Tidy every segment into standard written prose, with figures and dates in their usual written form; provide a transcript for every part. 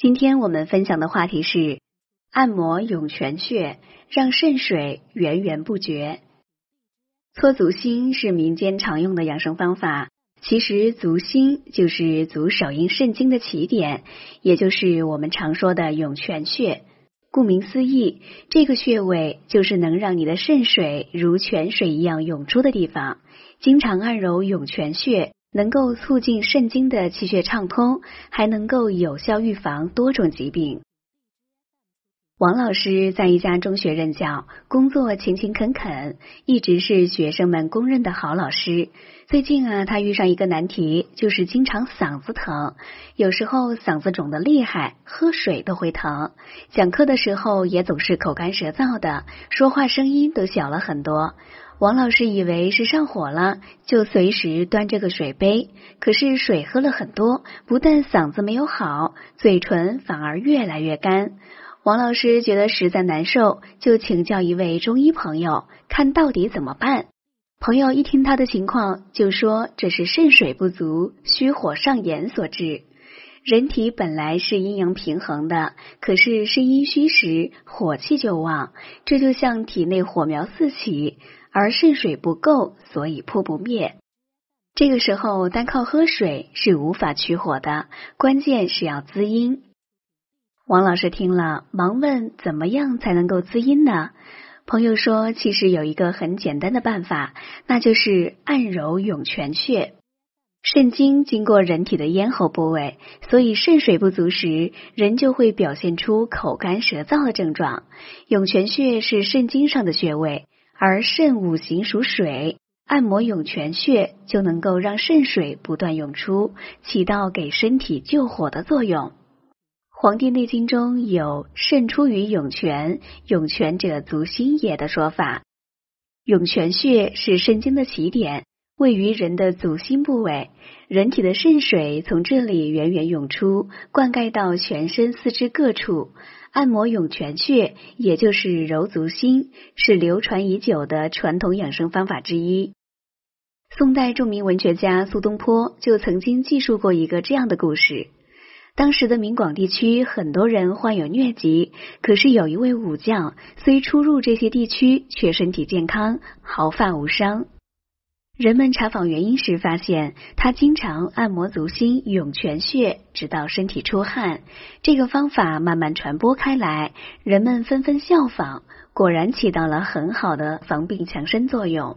今天我们分享的话题是按摩涌泉穴，让肾水源源不绝。搓足心是民间常用的养生方法，其实足心就是足少阴肾经的起点，也就是我们常说的涌泉穴。顾名思义，这个穴位就是能让你的肾水如泉水一样涌出的地方。经常按揉涌泉穴，能够促进肾经的气血畅通，还能够有效预防多种疾病。王老师在一家中学任教，工作勤勤恳恳，一直是学生们公认的好老师。最近他遇上一个难题，就是经常嗓子疼，有时候嗓子肿得厉害，喝水都会疼。讲课的时候也总是口干舌燥的，说话声音都小了很多。王老师以为是上火了，就随时端这个水杯，可是水喝了很多，不但嗓子没有好，嘴唇反而越来越干。王老师觉得实在难受，就请教一位中医朋友，看到底怎么办。朋友一听他的情况，就说这是肾水不足、虚火上炎所致。人体本来是阴阳平衡的，可是肾阴虚时，火气就旺，这就像体内火苗四起，而肾水不够，所以扑不灭。这个时候单靠喝水是无法去火的，关键是要滋阴。王老师听了，忙问怎么样才能够滋阴呢？朋友说，其实有一个很简单的办法，那就是按揉涌泉穴。肾经经过人体的咽喉部位，所以肾水不足时，人就会表现出口干舌燥的症状。涌泉穴是肾经上的穴位，而肾五行属水，按摩涌泉穴就能够让肾水不断涌出，起到给身体救火的作用。黄帝内经中有肾出于涌泉，涌泉者足心也的说法。涌泉穴是肾经的起点，位于人的足心部位，人体的肾水从这里源源涌出，灌溉到全身四肢各处。按摩涌泉穴，也就是揉足心，是流传已久的传统养生方法之一。宋代著名文学家苏东坡就曾经记述过一个这样的故事。当时的闽广地区很多人患有疟疾，可是有一位武将，虽出入这些地区，却身体健康，毫发无伤。人们查访原因时发现，他经常按摩足心涌泉穴，直到身体出汗。这个方法慢慢传播开来，人们纷纷效仿，果然起到了很好的防病强身作用。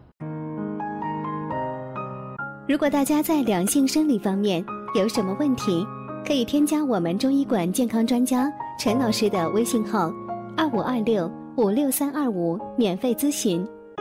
如果大家在两性生理方面有什么问题，可以添加我们中医馆健康专家陈老师的微信号2526-56325免费咨询。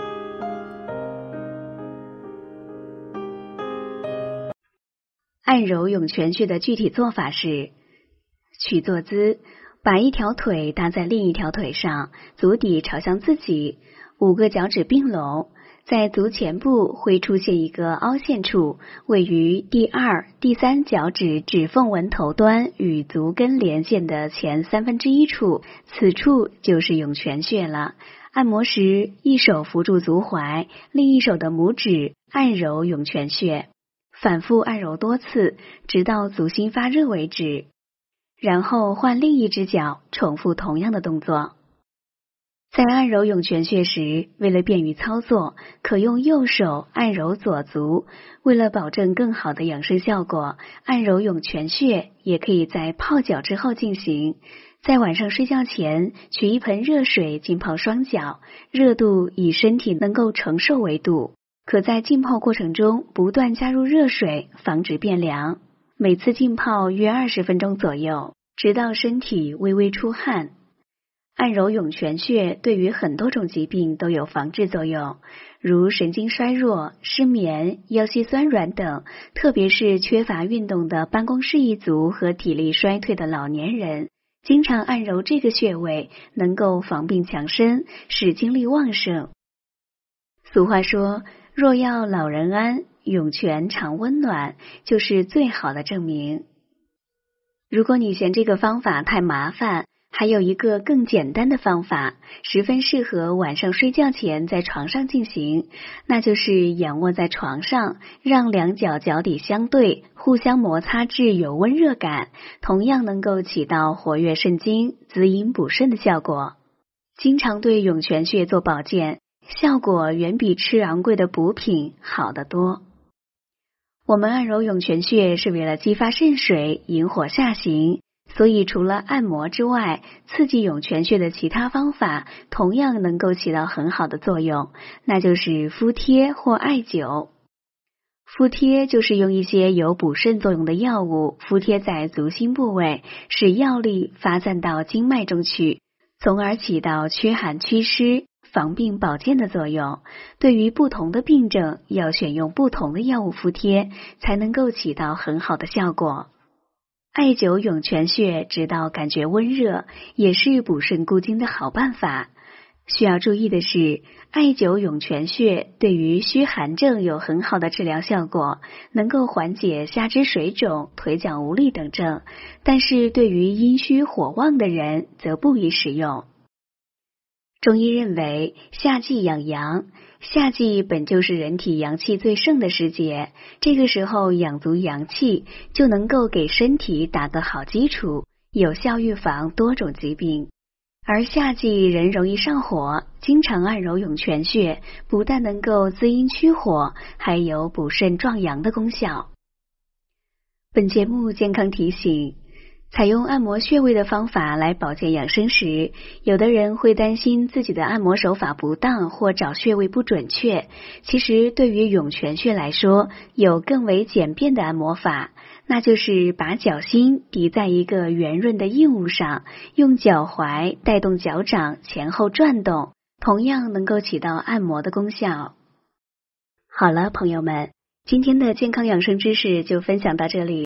按揉涌泉穴的具体做法是：取坐姿，把一条腿搭在另一条腿上，足底朝向自己，5个脚趾并拢，在足前部会出现一个凹陷处，位于第2、第3脚趾指缝纹头端与足跟连线的前1/3处，此处就是涌泉穴了。按摩时，一手扶住足踝，另一手的拇指按揉涌泉穴，反复按揉多次，直到足心发热为止。然后换另一只脚，重复同样的动作。在按揉涌泉穴时，为了便于操作，可用右手按揉左足。为了保证更好的养生效果，按揉涌泉穴也可以在泡脚之后进行。在晚上睡觉前，取一盆热水浸泡双脚，热度以身体能够承受为度。可在浸泡过程中不断加入热水，防止变凉。每次浸泡约20分钟左右，直到身体微微出汗。按揉涌泉穴对于很多种疾病都有防治作用，如神经衰弱、失眠、腰膝酸软等，特别是缺乏运动的办公室一族和体力衰退的老年人，经常按揉这个穴位，能够防病强身，使精力旺盛。俗话说，若要老人安，涌泉常温暖，就是最好的证明。如果你嫌这个方法太麻烦， 还有一个更简单的方法，十分适合晚上睡觉前在床上进行，那就是仰卧在床上，让两脚脚底相对，互相摩擦至有温热感，同样能够起到活跃肾经、滋阴补肾的效果。经常对涌泉穴做保健，效果远比吃昂贵的补品好得多。我们按揉涌泉穴是为了激发肾水，引火下行，所以除了按摩之外，刺激涌泉穴的其他方法同样能够起到很好的作用，那就是敷贴或艾灸。敷贴就是用一些有补肾作用的药物敷贴在足心部位，使药力发散到经脉中去，从而起到驱寒祛湿、防病保健的作用。对于不同的病症，要选用不同的药物敷贴，才能够起到很好的效果。艾灸涌泉穴直到感觉温热，也是补肾固精的好办法。需要注意的是，艾灸涌泉穴对于虚寒症有很好的治疗效果，能够缓解下肢水肿、腿脚无力等症，但是对于阴虚火旺的人则不宜使用。中医认为，夏季养阳，夏季本就是人体阳气最盛的时节，这个时候养足阳气，就能够给身体打个好基础，有效预防多种疾病。而夏季人容易上火，经常按揉涌泉穴，不但能够滋阴驱火，还有补肾壮阳的功效。本节目健康提醒，采用按摩穴位的方法来保健养生时，有的人会担心自己的按摩手法不当或找穴位不准确。其实对于涌泉穴来说，有更为简便的按摩法，那就是把脚心抵在一个圆润的硬物上，用脚踝带动脚掌前后转动，同样能够起到按摩的功效。好了，朋友们，今天的健康养生知识就分享到这里。